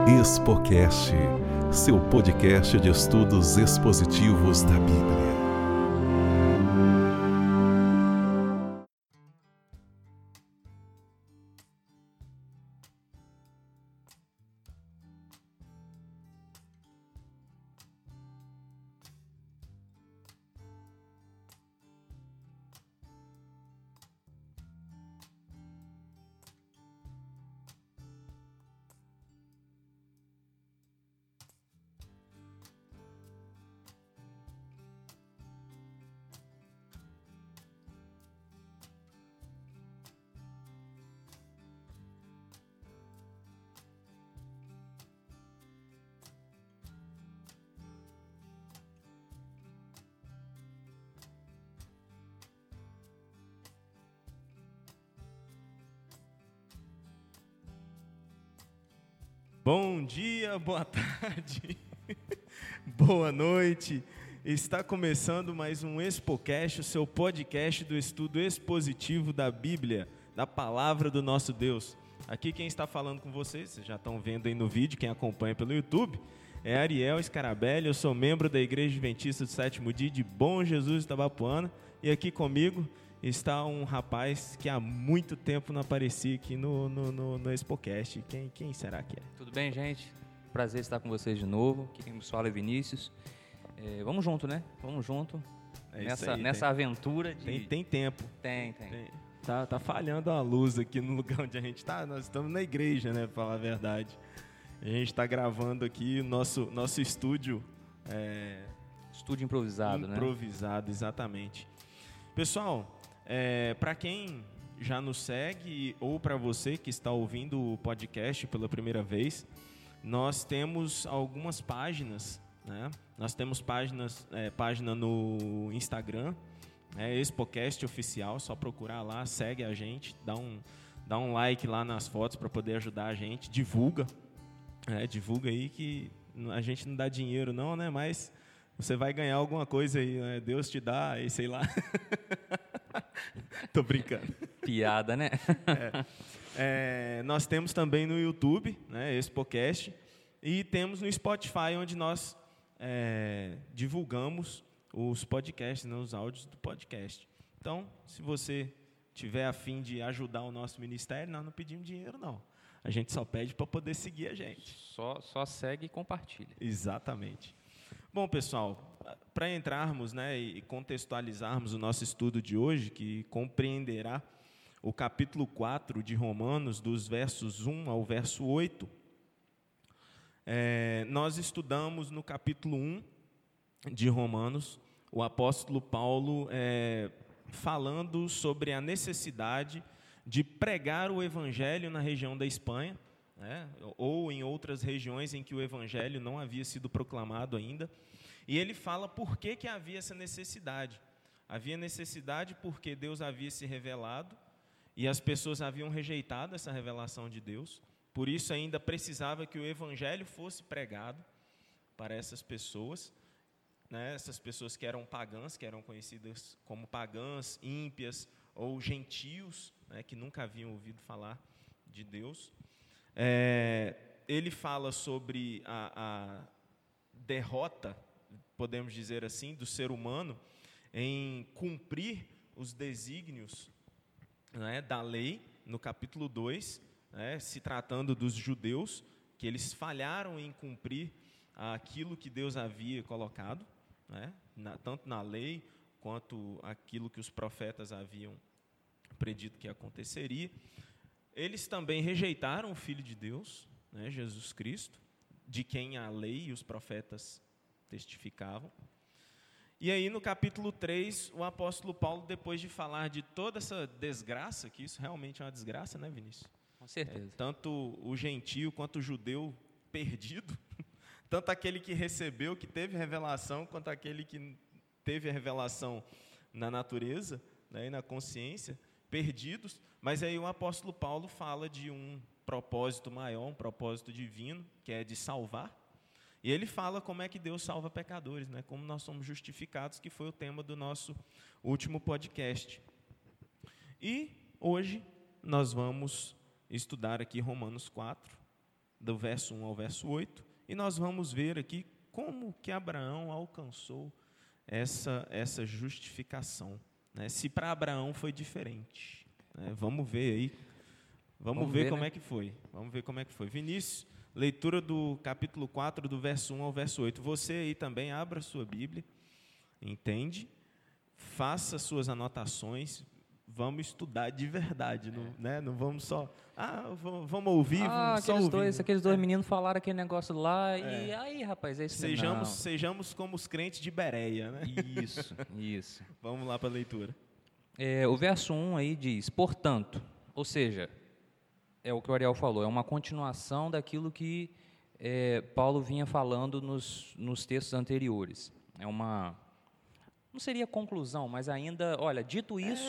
Expocast, seu podcast de estudos expositivos da Bíblia. Bom dia, boa tarde, boa noite. Está começando mais um Expocast, o seu podcast do estudo expositivo da Bíblia, da Palavra do nosso Deus. Aqui quem está falando com vocês já estão vendo aí no vídeo, quem acompanha pelo YouTube, é Ariel Scarabelli. Eu sou membro da Igreja Adventista do Sétimo Dia de Bom Jesus, Itabapuana, e aqui comigo está um rapaz que há muito tempo não aparecia aqui no Expocast. Quem será que é? Tudo bem, gente? Prazer estar com vocês de novo. Quem nos fala é Vinícius. Vamos junto, né? Vamos junto nessa aventura. Tem tempo. Tem. Tá falhando a luz aqui no lugar onde a gente está. Nós estamos na igreja, né? Para falar a verdade. A gente está gravando aqui o nosso estúdio. Estúdio improvisado, né? Improvisado, exatamente. Pessoal, para quem já nos segue ou para você que está ouvindo o podcast pela primeira vez, nós temos algumas páginas, né? Nós temos página no Instagram, Expocast Oficial, só procurar lá, segue a gente, dá um like lá nas fotos para poder ajudar a gente, divulga aí que a gente não dá dinheiro não, né? Mas você vai ganhar alguma coisa aí, né? Deus te dá, aí sei lá. Tô brincando. Piada, né? Nós temos também no YouTube, né, Expocast, e temos no Spotify, onde nós divulgamos os podcasts, né, os áudios do podcast. Então, se você tiver a fim de ajudar o nosso ministério, nós não pedimos dinheiro, não. A gente só pede para poder seguir a gente. Só segue e compartilha. Exatamente. Bom, pessoal, para entrarmos, né, e contextualizarmos o nosso estudo de hoje, que compreenderá o capítulo 4 de Romanos, dos versos 1 ao verso 8, nós estudamos no capítulo 1 de Romanos, o apóstolo Paulo falando sobre a necessidade de pregar o evangelho na região da Espanha, ou em outras regiões em que o evangelho não havia sido proclamado ainda. E ele fala por que havia essa necessidade. Havia necessidade porque Deus havia se revelado e as pessoas haviam rejeitado essa revelação de Deus. Por isso ainda precisava que o evangelho fosse pregado para essas pessoas, né? Essas pessoas que eram pagãs, que eram conhecidas como pagãs, ímpias ou gentios, né? Que nunca haviam ouvido falar de Deus. Ele fala sobre a derrota, podemos dizer assim, do ser humano em cumprir os desígnios, né, da lei, no capítulo 2, se tratando dos judeus, que eles falharam em cumprir aquilo que Deus havia colocado, né, tanto na lei quanto aquilo que os profetas haviam predito que aconteceria. Eles também rejeitaram o Filho de Deus, né, Jesus Cristo, de quem a lei e os profetas testificavam. E aí no capítulo 3, o apóstolo Paulo, depois de falar de toda essa desgraça, que isso realmente é uma desgraça, né, Vinícius? Com certeza. Tanto o gentio quanto o judeu perdido, tanto aquele que recebeu, que teve revelação, quanto aquele que teve a revelação na natureza, né, e na consciência, perdidos. Mas aí o apóstolo Paulo fala de um propósito maior, um propósito divino, que é de salvar. E ele fala como é que Deus salva pecadores, né? Como nós somos justificados, que foi o tema do nosso último podcast. E hoje nós vamos estudar aqui Romanos 4, do verso 1 ao verso 8, e nós vamos ver aqui como que Abraão alcançou essa justificação, né? Se para Abraão foi diferente, né? Vamos ver aí, vamos ver como, né? Vamos ver como é que foi. Vinícius, leitura do capítulo 4, do verso 1 ao verso 8. Você aí também abra a sua Bíblia, entende? Faça suas anotações, vamos estudar de verdade, né? Não vamos só, vamos ouvir, vamos só ouvir. Aqueles dois meninos falaram aquele negócio lá, e aí, rapaz, é isso mesmo. Sejamos como os crentes de Bereia, né? Isso. Vamos lá para a leitura. O verso 1 aí diz, portanto, ou seja, é o que o Ariel falou, é uma continuação daquilo que Paulo vinha falando nos textos anteriores. Não seria conclusão, mas ainda, olha, dito isso,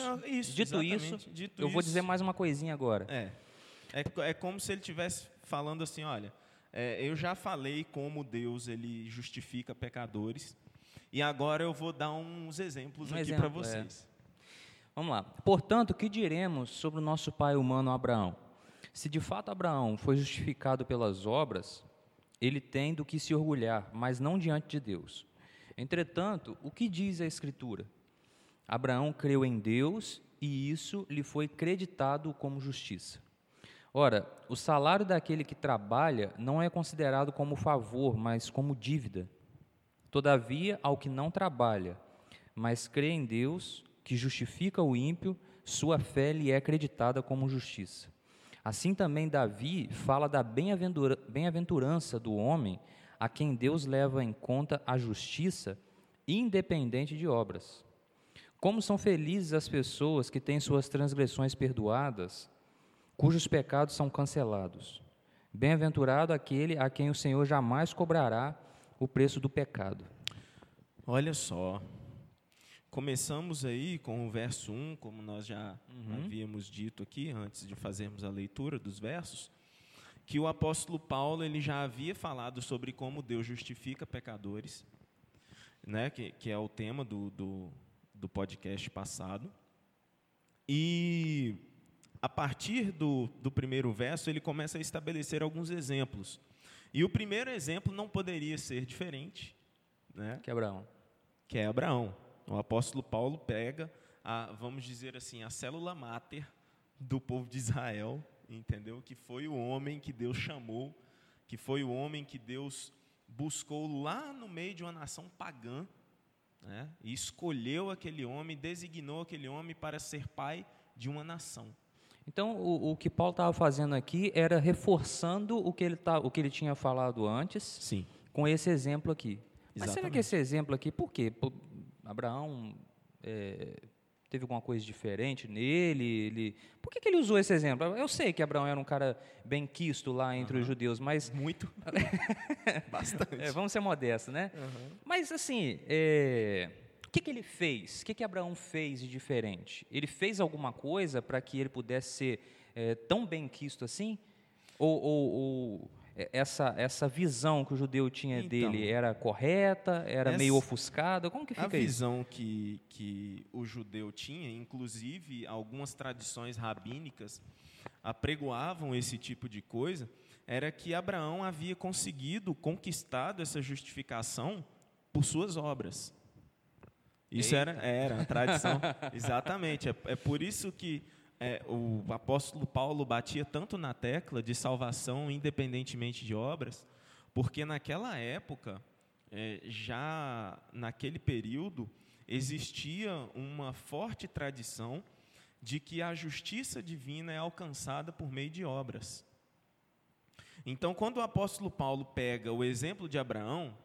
eu vou dizer mais uma coisinha agora. É como se ele estivesse falando assim, olha, eu já falei como Deus ele justifica pecadores, e agora eu vou dar uns exemplos aqui para vocês. Vamos lá. Portanto, o que diremos sobre o nosso pai humano Abraão? Se de fato Abraão foi justificado pelas obras, ele tem do que se orgulhar, mas não diante de Deus. Entretanto, o que diz a Escritura? Abraão creu em Deus e isso lhe foi creditado como justiça. Ora, o salário daquele que trabalha não é considerado como favor, mas como dívida. Todavia, ao que não trabalha, mas crê em Deus, que justifica o ímpio, sua fé lhe é creditada como justiça. Assim também Davi fala da bem-aventurança do homem a quem Deus leva em conta a justiça, independente de obras. Como são felizes as pessoas que têm suas transgressões perdoadas, cujos pecados são cancelados. Bem-aventurado aquele a quem o Senhor jamais cobrará o preço do pecado. Olha só, começamos aí com o verso 1, como nós já havíamos dito aqui, antes de fazermos a leitura dos versos, que o apóstolo Paulo ele já havia falado sobre como Deus justifica pecadores, né, que é o tema do podcast passado. E a partir do primeiro verso, ele começa a estabelecer alguns exemplos. E o primeiro exemplo não poderia ser diferente, né, que é Abraão. O apóstolo Paulo pega, vamos dizer assim, a célula máter do povo de Israel, entendeu? Que foi o homem que Deus chamou, que foi o homem que Deus buscou lá no meio de uma nação pagã, né? E escolheu aquele homem, designou aquele homem para ser pai de uma nação. Então, o que Paulo estava fazendo aqui era reforçando o que ele tinha falado antes. Sim. Com esse exemplo aqui. Mas Exatamente. será que esse exemplo aqui, por quê? Abraão teve alguma coisa diferente nele? Por que ele usou esse exemplo? Eu sei que Abraão era um cara bem quisto lá entre os judeus, mas... Muito. Bastante. Vamos ser modestos, né? Mas, assim, o que ele fez? O que Abraão fez de diferente? Ele fez alguma coisa para que ele pudesse ser tão bem quisto assim? Ou essa visão que o judeu tinha dele era correta, era meio ofuscada? Como que fica isso? A visão que o judeu tinha, inclusive algumas tradições rabínicas apregoavam esse tipo de coisa, era que Abraão havia conquistado essa justificação por suas obras. Isso era a tradição, exatamente. É por isso que o apóstolo Paulo batia tanto na tecla de salvação independentemente de obras, porque naquela época, já naquele período, existia uma forte tradição de que a justiça divina é alcançada por meio de obras. Então, quando o apóstolo Paulo pega o exemplo de Abraão,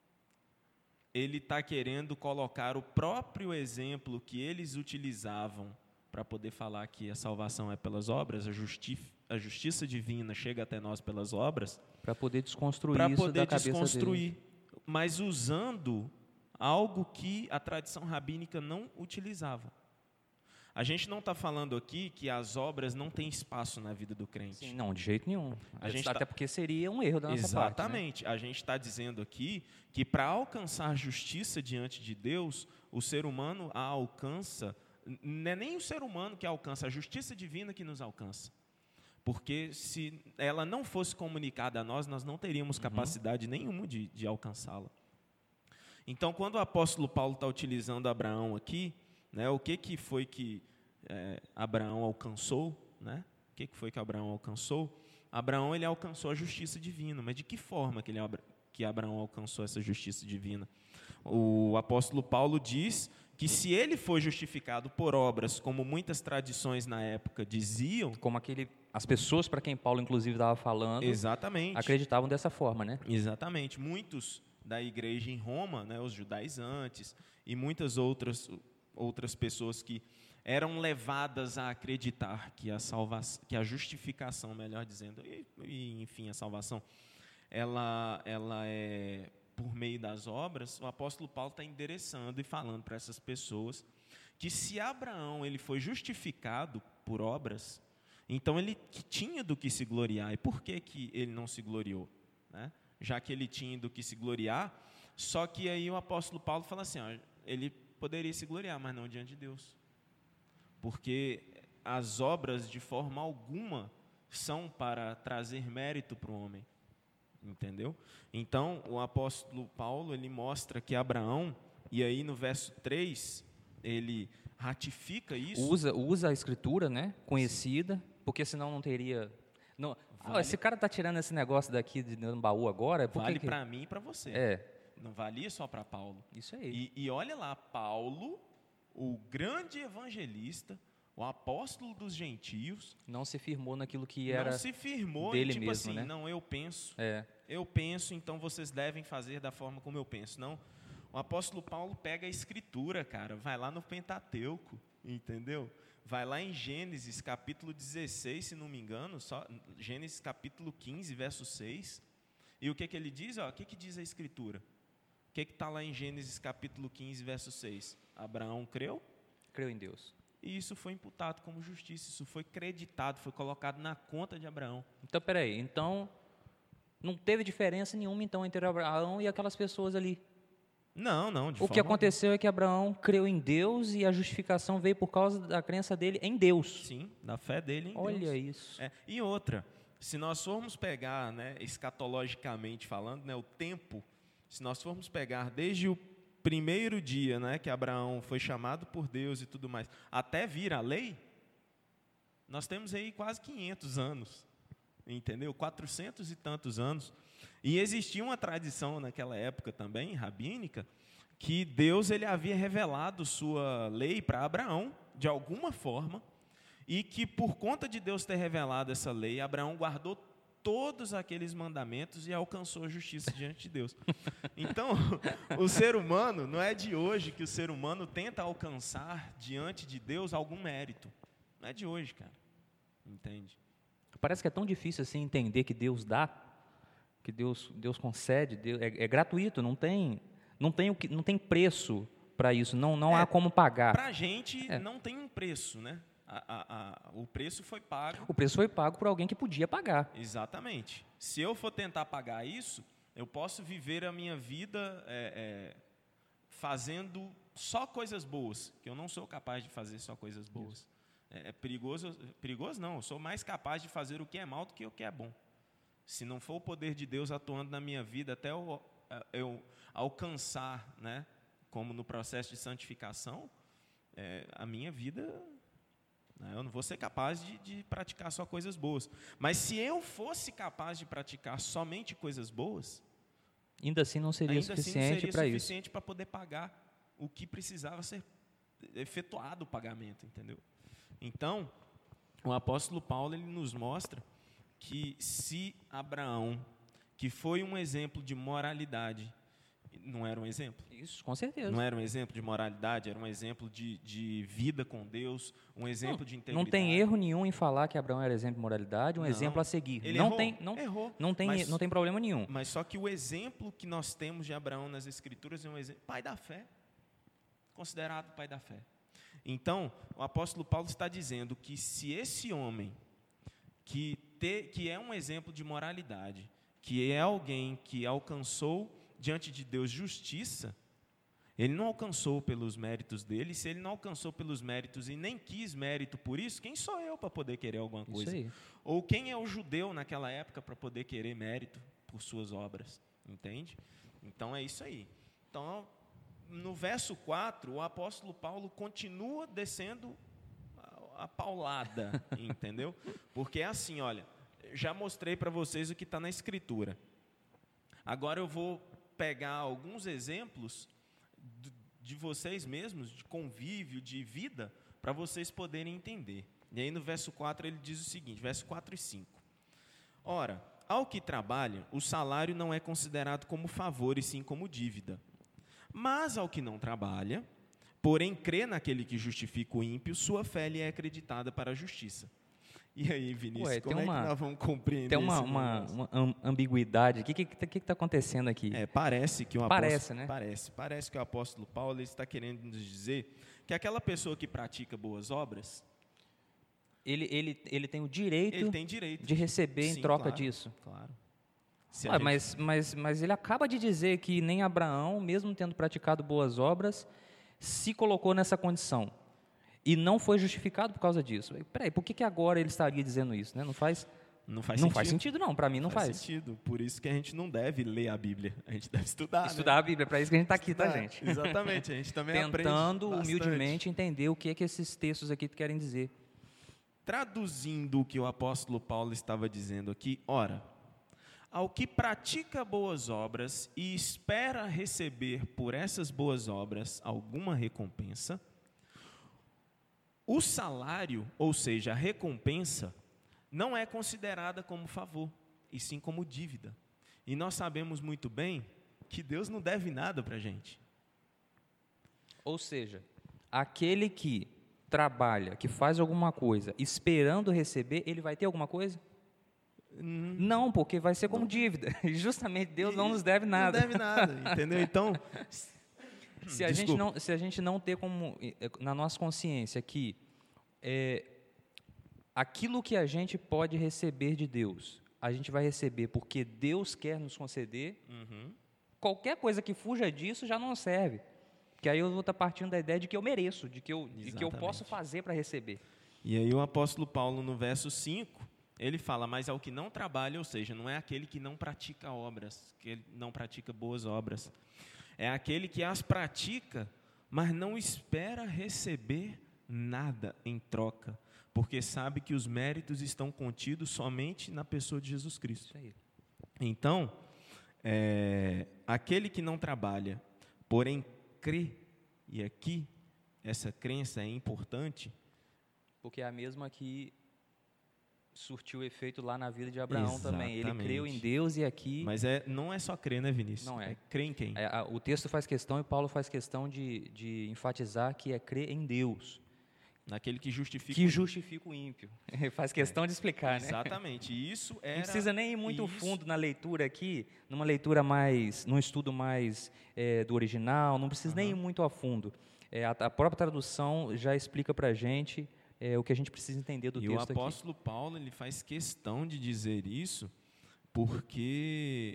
ele está querendo colocar o próprio exemplo que eles utilizavam para poder falar que a salvação é pelas obras, a justiça divina chega até nós pelas obras, para poder desconstruir isso da cabeça dele. Mas usando algo que a tradição rabínica não utilizava. A gente não está falando aqui que as obras não têm espaço na vida do crente. Sim, não, de jeito nenhum. Até porque seria um erro da nossa parte. Exatamente. A gente está dizendo aqui que para alcançar justiça diante de Deus, o ser humano a alcança. Não é nem o ser humano que alcança, a justiça divina que nos alcança. porque se ela não fosse comunicada a nós, nós não teríamos capacidade nenhuma de alcançá-la. Então, quando o apóstolo Paulo está utilizando Abraão aqui, né, o que foi que Abraão alcançou? Né? O que foi que Abraão alcançou? Abraão ele alcançou a justiça divina, mas de que forma que Abraão alcançou essa justiça divina? O apóstolo Paulo diz que se ele foi justificado por obras, como muitas tradições na época diziam... Como as pessoas para quem Paulo, inclusive, estava falando, exatamente, acreditavam dessa forma, né? Exatamente. Muitos da igreja em Roma, né, os judaizantes e muitas outras pessoas que eram levadas a acreditar que a justificação, melhor dizendo, e enfim, a salvação, ela é por meio das obras. O apóstolo Paulo está endereçando e falando para essas pessoas que se Abraão ele foi justificado por obras, então ele tinha do que se gloriar. E por que ele não se gloriou? Né? Já que ele tinha do que se gloriar, só que aí o apóstolo Paulo fala assim, ele poderia se gloriar, mas não diante de Deus. Porque as obras, de forma alguma, são para trazer mérito para o homem. Entendeu? Então, o apóstolo Paulo, ele mostra que Abraão, e aí no verso 3, ele ratifica isso. Usa a escritura, né, conhecida, porque senão não teria... Não, vale. Esse cara está tirando esse negócio daqui de baú agora... Vale para mim e para você. Não valia só para Paulo. Isso aí. E olha lá, Paulo, o grande evangelista, o apóstolo dos gentios... Não se firmou naquilo que era... Não se firmou dele tipo mesmo, assim, né? Não, eu penso. É. Eu penso, então vocês devem fazer da forma como eu penso. Não, o apóstolo Paulo pega a escritura, cara, vai lá no Pentateuco, entendeu? Vai lá em Gênesis capítulo 16, se não me engano, Gênesis capítulo 15, verso 6. E o que ele diz? O que diz a escritura? O que está lá em Gênesis capítulo 15, verso 6? Abraão creu? Creu em Deus. E isso foi imputado como justiça, isso foi creditado, foi colocado na conta de Abraão. Então, peraí, não teve diferença nenhuma então entre Abraão e aquelas pessoas ali? Não, O que aconteceu é que Abraão creu em Deus e a justificação veio por causa da crença dele em Deus. Sim, da fé dele em Deus. Olha isso. E outra, se nós formos pegar, né, escatologicamente falando, né, o tempo, se nós formos pegar desde o primeiro dia, né, que Abraão foi chamado por Deus e tudo mais, até vir a lei, nós temos aí quase 500 anos, entendeu? 400 e tantos anos. E existia uma tradição naquela época também, rabínica, que Deus ele havia revelado sua lei para Abraão, de alguma forma, e que por conta de Deus ter revelado essa lei, Abraão guardou todos aqueles mandamentos e alcançou a justiça diante de Deus. Então, o ser humano, não é de hoje que o ser humano tenta alcançar diante de Deus algum mérito. Não é de hoje, cara. Entende? Parece que é tão difícil assim entender que Deus dá, que Deus concede, é gratuito, não tem preço para isso, não há como pagar. Para a gente não tem um preço, né? O preço foi pago. O preço foi pago por alguém que podia pagar. Exatamente. Se eu for tentar pagar isso, eu posso viver a minha vida fazendo só coisas boas, que eu não sou capaz de fazer só coisas boas. É perigoso não, eu sou mais capaz de fazer o que é mal do que o que é bom. Se não for o poder de Deus atuando na minha vida até eu alcançar, né, como no processo de santificação, a minha vida, né, eu não vou ser capaz de praticar só coisas boas. Mas se eu fosse capaz de praticar somente coisas boas, ainda assim não seria suficiente para isso. Suficiente para poder pagar o que precisava ser efetuado o pagamento, entendeu? Então, o apóstolo Paulo ele nos mostra que se Abraão, que foi um exemplo de moralidade, não era um exemplo? Isso, com certeza. Não era um exemplo de moralidade, era um exemplo de vida com Deus, um exemplo de integridade. Não tem erro nenhum em falar que Abraão era exemplo de moralidade, exemplo a seguir. Ele errou. Não tem problema nenhum. Mas só que o exemplo que nós temos de Abraão nas Escrituras é um exemplo, pai da fé, considerado pai da fé. Então, o apóstolo Paulo está dizendo que se esse homem, que é um exemplo de moralidade, que é alguém que alcançou diante de Deus justiça, Ele não alcançou pelos méritos dele. Se ele não alcançou pelos méritos e nem quis mérito por isso, quem sou eu para poder querer alguma coisa? Isso aí. Ou quem é o judeu naquela época para poder querer mérito por suas obras? Entende? Então é isso aí. Então, no verso 4, o apóstolo Paulo continua descendo a paulada, entendeu? Porque é assim, olha, já mostrei para vocês o que está na Escritura. Agora eu vou pegar alguns exemplos de vocês mesmos, de convívio, de vida, para vocês poderem entender. E aí no verso 4 ele diz o seguinte, verso 4 e 5. Ora, ao que trabalha, o salário não é considerado como favor e sim como dívida. Mas ao que não trabalha, porém crê naquele que justifica o ímpio, sua fé lhe é acreditada para a justiça. E aí, Vinícius, como é que nós vamos compreender isso? Tem uma ambiguidade. O que está acontecendo aqui? Parece que o apóstolo, né? Parece que o apóstolo Paulo está querendo nos dizer que aquela pessoa que pratica boas obras, ele tem o direito, de receber em troca disso. Claro. Mas ele acaba de dizer que nem Abraão, mesmo tendo praticado boas obras, se colocou nessa condição. E não foi justificado por causa disso. Peraí, por que agora ele estaria dizendo isso? Né? Não faz sentido, não. Para mim, não faz sentido. Por isso que a gente não deve ler a Bíblia. A gente deve estudar. Estudar, né? A Bíblia. Para isso que a gente está aqui, tá, gente? Exatamente. A gente também tentando aprende humildemente entender o que esses textos aqui querem dizer. Traduzindo o que o apóstolo Paulo estava dizendo aqui, ora, ao que pratica boas obras e espera receber por essas boas obras alguma recompensa, o salário, ou seja, a recompensa, não é considerada como favor, e sim como dívida. E nós sabemos muito bem que Deus não deve nada para a gente. Ou seja, aquele que trabalha, que faz alguma coisa, esperando receber, ele vai ter alguma coisa? Não, porque vai ser como dívida. E justamente Deus não nos deve nada. Não deve nada, entendeu? Então, se a gente não ter como na nossa consciência que aquilo que a gente pode receber de Deus, a gente vai receber porque Deus quer nos conceder, qualquer coisa que fuja disso já não serve. Porque aí eu vou estar partindo da ideia de que eu mereço, de que eu posso fazer para receber. E aí o apóstolo Paulo, no verso 5, ele fala, mas ao que não trabalha, ou seja, não é aquele que não pratica obras, que ele não pratica boas obras. É aquele que as pratica, mas não espera receber nada em troca, porque sabe que os méritos estão contidos somente na pessoa de Jesus Cristo. Isso aí. Então, aquele que não trabalha, porém crê, e aqui essa crença é importante, porque é a mesma que surtiu efeito lá na vida de Abraão. Exatamente. Também. Ele creu em Deus e aqui... Mas não é só crer, né, Vinícius? Não é. Crer em quem? O texto faz questão, e Paulo faz questão de enfatizar que é crer em Deus. Naquele que justifica o ímpio. Faz questão de explicar, né? Exatamente. E isso era... Não precisa nem ir muito fundo na leitura aqui, num estudo mais do original, não precisa nem ir muito a fundo. A própria tradução já explica para a gente o que a gente precisa entender do texto aqui. E o apóstolo Paulo, ele faz questão de dizer isso, porque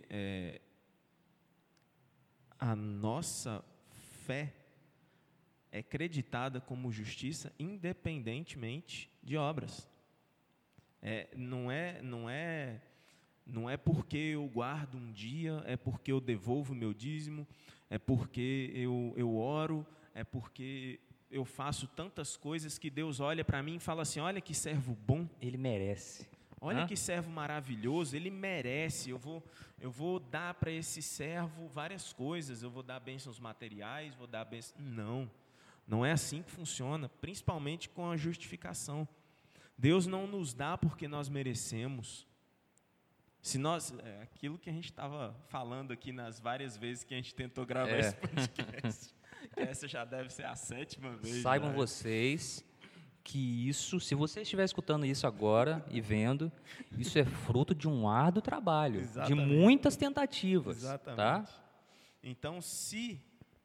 a nossa fé é creditada como justiça independentemente de obras. Não é porque eu guardo um dia, é porque eu devolvo o meu dízimo, é porque eu oro, é porque eu faço tantas coisas que Deus olha para mim e fala assim, olha que servo bom. Ele merece. Olha que servo maravilhoso, ele merece. Eu vou dar para esse servo várias coisas, eu vou dar bênçãos materiais, vou dar bênçãos... Não é assim que funciona, principalmente com a justificação. Deus não nos dá porque nós merecemos. Se nós, aquilo que a gente estava falando aqui nas várias vezes que a gente tentou gravar esse podcast, que essa já deve ser a 7ª vez. Saibam vocês que isso, se você estiver escutando isso agora e vendo, isso é fruto de um árduo trabalho, de muitas tentativas. Exatamente. Tá? Então, se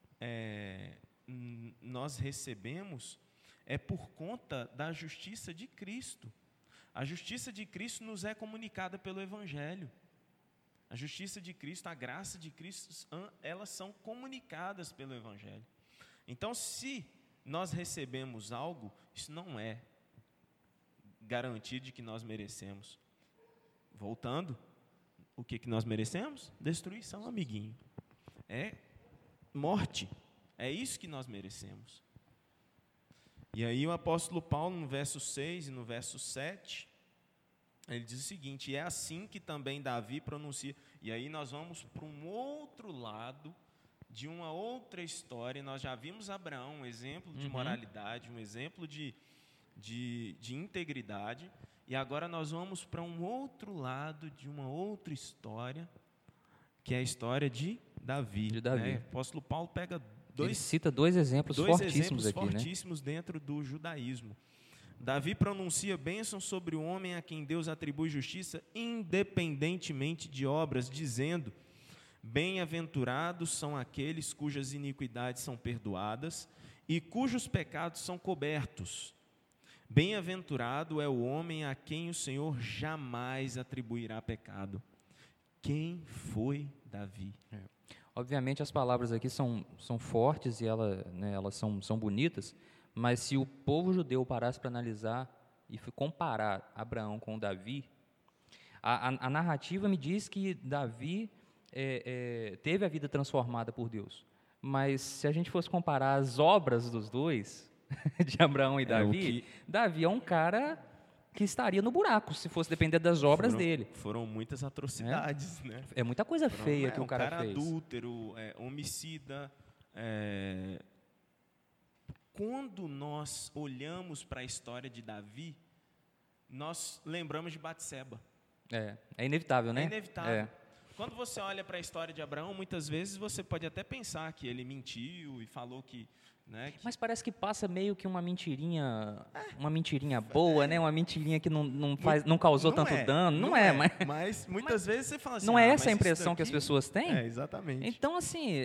nós recebemos, é por conta da justiça de Cristo. A justiça de Cristo nos é comunicada pelo Evangelho. A justiça de Cristo, a graça de Cristo, elas são comunicadas pelo Evangelho. Então, se nós recebemos algo, isso não é garantia de que nós merecemos. Voltando, o que nós merecemos? Destruição, amiguinho. É morte. É isso que nós merecemos. E aí o apóstolo Paulo, no verso 6 e no verso 7, ele diz o seguinte: é assim que também Davi pronuncia. E aí nós vamos para um outro lado de uma outra história. Nós já vimos Abraão, um exemplo de moralidade, um exemplo de integridade. E agora nós vamos para um outro lado de uma outra história, que é a história de Davi. Né? O apóstolo Paulo pega ele cita dois exemplos fortíssimos aqui, fortíssimos dentro do judaísmo. Davi pronuncia bênção sobre o homem a quem Deus atribui justiça, independentemente de obras, dizendo: bem-aventurados são aqueles cujas iniquidades são perdoadas e cujos pecados são cobertos. Bem-aventurado é o homem a quem o Senhor jamais atribuirá pecado. Quem foi Davi? Obviamente as palavras aqui são fortes e elas são bonitas, mas se o povo judeu parasse para analisar e comparar Abraão com Davi, a narrativa me diz que Davi teve a vida transformada por Deus. Mas se a gente fosse comparar as obras dos dois, de Abraão e Davi, Davi é um cara que estaria no buraco, se fosse depender das obras dele. Foram muitas atrocidades, né? É muita coisa feia que o cara fez. Adúltero, homicida. Quando nós olhamos para a história de Davi, nós lembramos de Batseba. É inevitável, né? É inevitável. Quando você olha para a história de Abraão, muitas vezes você pode até pensar que ele mentiu e falou que... Mas parece que passa meio que uma mentirinha boa, né? Uma mentirinha que não causou tanto dano. Não é, mas muitas vezes você fala assim... Não é essa a impressão que as pessoas têm? Exatamente. Então, assim,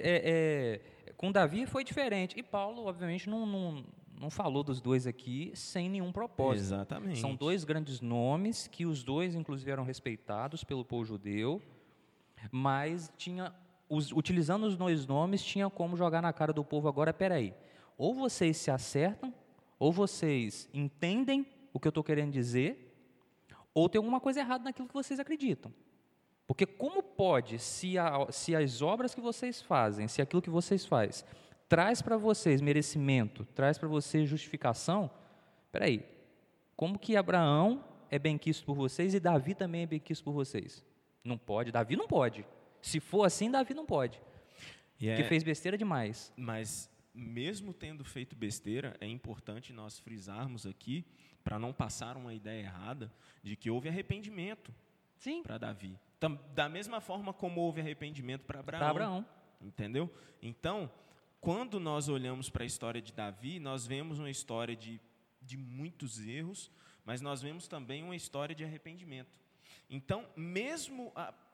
com Davi foi diferente. E Paulo, obviamente, não falou dos dois aqui sem nenhum propósito. Exatamente. São dois grandes nomes que os dois, inclusive, eram respeitados pelo povo judeu, mas utilizando os dois nomes, tinha como jogar na cara do povo agora, peraí, ou vocês se acertam, ou vocês entendem o que eu estou querendo dizer, ou tem alguma coisa errada naquilo que vocês acreditam. Porque como pode, se as obras que vocês fazem, se aquilo que vocês fazem, traz para vocês merecimento, traz para vocês justificação, peraí, como que Abraão é benquisto por vocês e Davi também é benquisto por vocês? Não pode, Davi não pode. Se for assim, Davi não pode. Porque fez besteira demais. Mas, mesmo tendo feito besteira, é importante nós frisarmos aqui, para não passar uma ideia errada, de que houve arrependimento para Davi. Da mesma forma como houve arrependimento para Abraão. Entendeu? Então, quando nós olhamos para a história de Davi, nós vemos uma história de muitos erros, mas nós vemos também uma história de arrependimento. Então, mesmo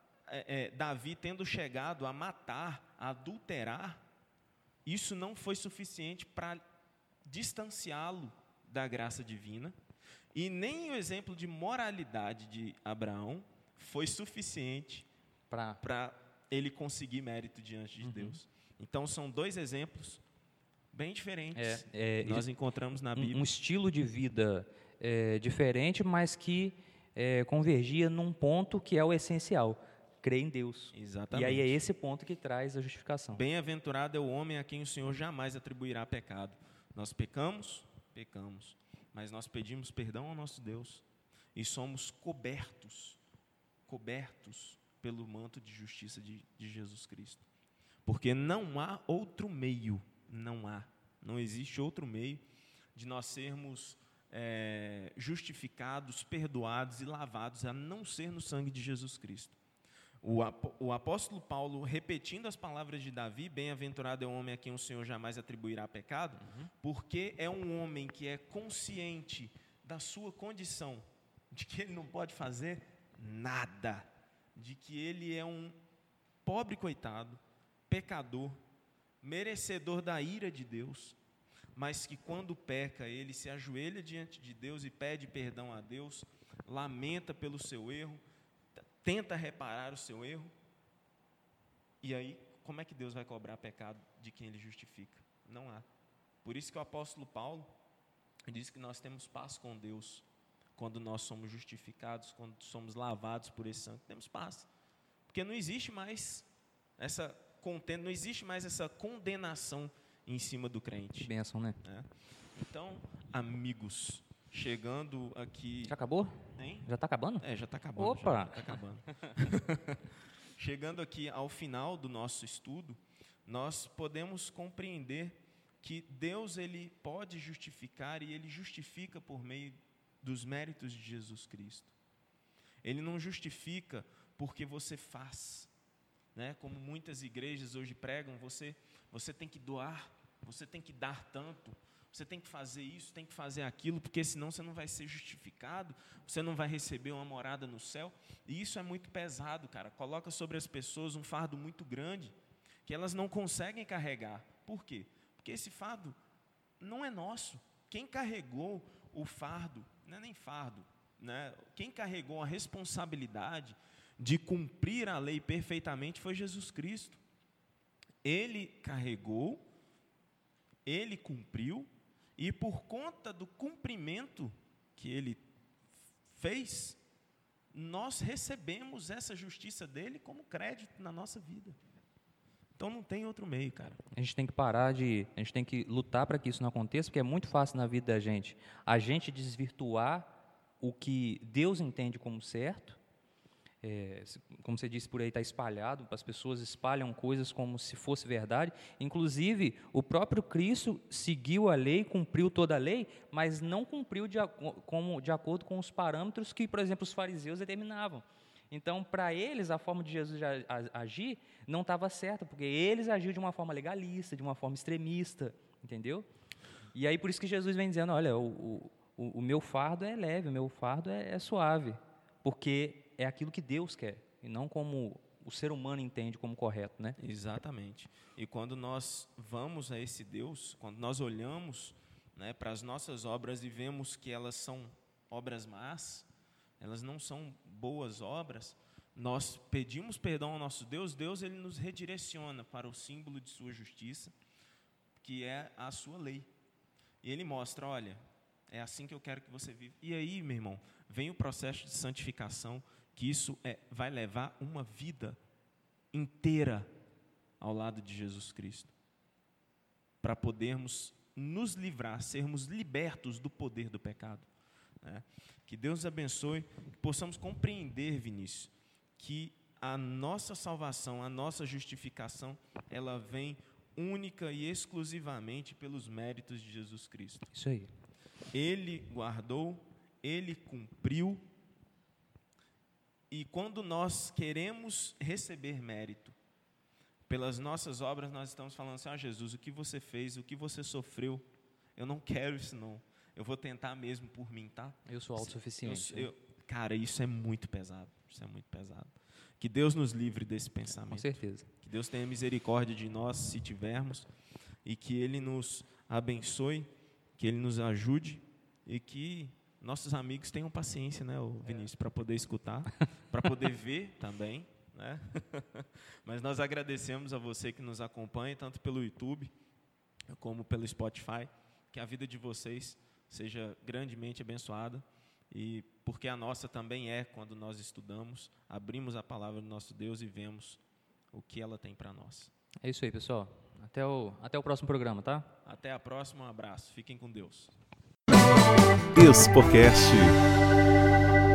Davi tendo chegado a matar, a adulterar, isso não foi suficiente para distanciá-lo da graça divina, e nem o exemplo de moralidade de Abraão foi suficiente para ele conseguir mérito diante de Deus. Então, são dois exemplos bem diferentes. Nós encontramos na Bíblia. Um estilo de vida diferente, mas que convergia num ponto que é o essencial. Crer em Deus. Exatamente. E aí é esse ponto que traz a justificação. Bem-aventurado é o homem a quem o Senhor jamais atribuirá pecado. Nós pecamos, mas nós pedimos perdão ao nosso Deus e somos cobertos pelo manto de justiça de Jesus Cristo. Porque não há outro meio, não existe outro meio de nós sermos justificados, perdoados e lavados, a não ser no sangue de Jesus Cristo. O apóstolo Paulo, repetindo as palavras de Davi, bem-aventurado é o homem a quem o Senhor jamais atribuirá pecado, porque é um homem que é consciente da sua condição, de que ele não pode fazer nada, de que ele é um pobre coitado, pecador, merecedor da ira de Deus, mas que quando peca, ele se ajoelha diante de Deus e pede perdão a Deus, lamenta pelo seu erro, tenta reparar o seu erro, e aí, como é que Deus vai cobrar pecado de quem ele justifica? Não há. Por isso que o apóstolo Paulo diz que nós temos paz com Deus. Quando nós somos justificados, quando somos lavados por esse sangue, temos paz. Porque não existe mais essa contenda, não existe mais essa condenação em cima do crente. Que bênção, né? Então, amigos, chegando aqui... Já acabou? Hein? Já está acabando? Já está acabando. Opa! Já está acabando. Chegando aqui ao final do nosso estudo, nós podemos compreender que Deus ele pode justificar e Ele justifica por meio dos méritos de Jesus Cristo. Ele não justifica porque você faz, né? Como muitas igrejas hoje pregam, você tem que doar, você tem que dar tanto, você tem que fazer isso, tem que fazer aquilo, porque senão você não vai ser justificado, você não vai receber uma morada no céu. E isso é muito pesado, cara. Coloca sobre as pessoas um fardo muito grande, que elas não conseguem carregar. Por quê? Porque esse fardo não é nosso. Quem carregou o fardo, não é nem fardo, né? Quem carregou a responsabilidade de cumprir a lei perfeitamente foi Jesus Cristo. Ele carregou, Ele cumpriu, e por conta do cumprimento que Ele fez, nós recebemos essa justiça dEle como crédito na nossa vida. Então não tem outro meio, cara. A gente tem que a gente tem que lutar para que isso não aconteça, porque é muito fácil na vida da gente a gente desvirtuar o que Deus entende como certo. Como você disse, por aí está espalhado, as pessoas espalham coisas como se fosse verdade. Inclusive, o próprio Cristo seguiu a lei, cumpriu toda a lei, mas não cumpriu de acordo com os parâmetros que, por exemplo, os fariseus determinavam. Então, para eles, a forma de Jesus agir não estava certa, porque eles agiam de uma forma legalista, de uma forma extremista, entendeu? E aí, por isso que Jesus vem dizendo, olha, o meu fardo é leve, o meu fardo é suave, porque é aquilo que Deus quer, e não como o ser humano entende como correto, né? Exatamente. E quando nós vamos a esse Deus, quando nós olhamos, né, para as nossas obras e vemos que elas são obras más, elas não são boas obras, nós pedimos perdão ao nosso Deus, Deus ele nos redireciona para o símbolo de sua justiça, que é a sua lei. E Ele mostra, olha, é assim que eu quero que você viva. E aí, meu irmão, vem o processo de santificação, que isso vai levar uma vida inteira ao lado de Jesus Cristo, para podermos nos livrar, sermos libertos do poder do pecado. Que Deus nos abençoe, que possamos compreender, Vinícius, que a nossa salvação, a nossa justificação, ela vem única e exclusivamente pelos méritos de Jesus Cristo. Isso aí. Ele guardou, Ele cumpriu, e quando nós queremos receber mérito pelas nossas obras, nós estamos falando assim, Jesus, o que você fez, o que você sofreu, eu não quero isso não. Eu vou tentar mesmo por mim, tá? Eu sou autossuficiente. Cara, isso é muito pesado. Isso é muito pesado. Que Deus nos livre desse pensamento. Com certeza. Que Deus tenha misericórdia de nós, se tivermos, e que Ele nos abençoe, que Ele nos ajude, e que nossos amigos tenham paciência, né, Vinícius, para poder escutar, para poder ver também, né? Mas nós agradecemos a você que nos acompanha, tanto pelo YouTube, como pelo Spotify, que a vida de vocês seja grandemente abençoada, e porque a nossa também é, quando nós estudamos, abrimos a palavra do nosso Deus e vemos o que ela tem para nós. É isso aí, pessoal. Até o próximo programa, tá? Até a próxima, um abraço. Fiquem com Deus. Expocast.